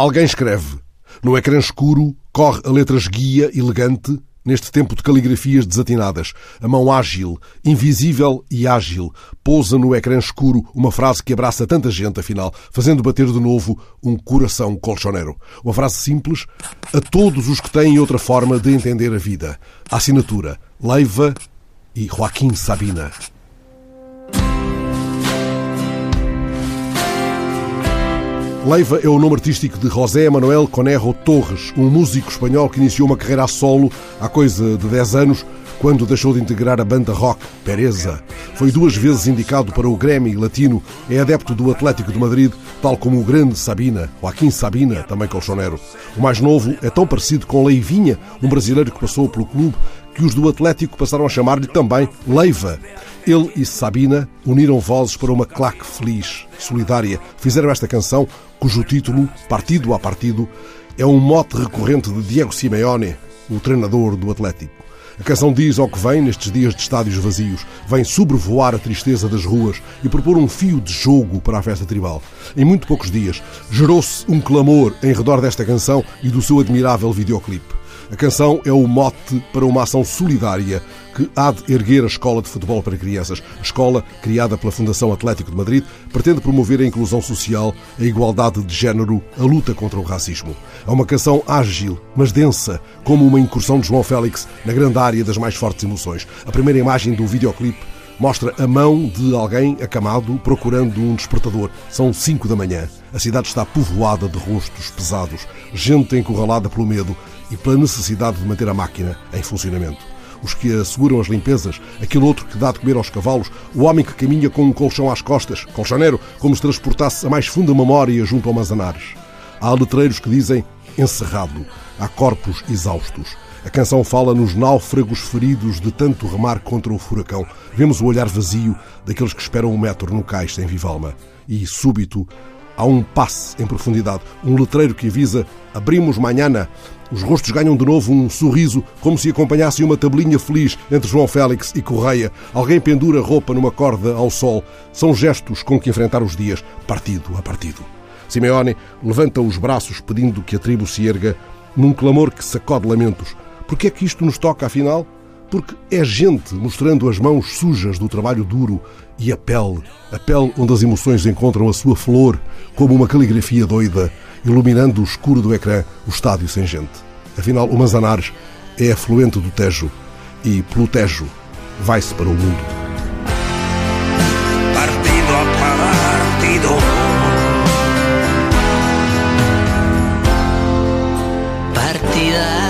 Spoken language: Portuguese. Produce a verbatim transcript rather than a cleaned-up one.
Alguém escreve. No ecrã escuro corre a letras guia elegante neste tempo de caligrafias desatinadas. A mão ágil, invisível e ágil, pousa no ecrã escuro uma frase que abraça tanta gente, afinal, fazendo bater de novo um coração colchonero. Uma frase simples a todos os que têm outra forma de entender a vida. A assinatura Leiva e Joaquim Sabina. Leiva é o nome artístico de José Manuel Conejo Torres, um músico espanhol que iniciou uma carreira a solo há coisa de dez anos, quando deixou de integrar a banda rock Pereza. Foi duas vezes indicado para o Grammy Latino, é adepto do Atlético de Madrid, tal como o grande Sabina, Joaquim Sabina, também colchonero. O mais novo é tão parecido com Leivinha, um brasileiro que passou pelo clube, que os do Atlético passaram a chamar-lhe também Leiva. Ele e Sabina uniram vozes para uma claque feliz, solidária. Fizeram esta canção, cujo título, Partido a Partido, é um mote recorrente de Diego Simeone, o treinador do Atlético. A canção diz ao que vem nestes dias de estádios vazios. Vem sobrevoar a tristeza das ruas e propor um fio de jogo para a festa tribal. Em muito poucos dias, gerou-se um clamor em redor desta canção e do seu admirável videoclipe. A canção é o mote para uma ação solidária que há de erguer a Escola de Futebol para Crianças. A escola, criada pela Fundação Atlético de Madrid, pretende promover a inclusão social, a igualdade de género, a luta contra o racismo. É uma canção ágil, mas densa, como uma incursão de João Félix na grande área das mais fortes emoções. A primeira imagem do videoclipe mostra a mão de alguém acamado procurando um despertador. São cinco da manhã. A cidade está povoada de rostos pesados, gente encurralada pelo medo e pela necessidade de manter a máquina em funcionamento. Os que asseguram as limpezas, aquele outro que dá de comer aos cavalos, o homem que caminha com um colchão às costas, colchoneiro, como se transportasse a mais funda memória junto ao Manzanares. Há letreiros que dizem encerrado, há corpos exaustos. A canção fala nos náufragos feridos de tanto remar contra o furacão. Vemos o olhar vazio daqueles que esperam o metro no cais em Vivalma. E, súbito, há um passe em profundidade, um letreiro que avisa abrimos manhã. Os rostos ganham de novo um sorriso, como se acompanhassem uma tabelinha feliz entre João Félix e Correia. Alguém pendura roupa numa corda ao sol. São gestos com que enfrentar os dias, partido a partido. Simeone levanta os braços pedindo que a tribo se erga num clamor que sacode lamentos. Porquê é que isto nos toca, afinal? Porque é gente mostrando as mãos sujas do trabalho duro e a pele, a pele onde as emoções encontram a sua flor, como uma caligrafia doida, iluminando o escuro do ecrã, o estádio sem gente. Afinal, o Manzanares é afluente do Tejo e, pelo Tejo, vai-se para o mundo. Partido a partido. Partida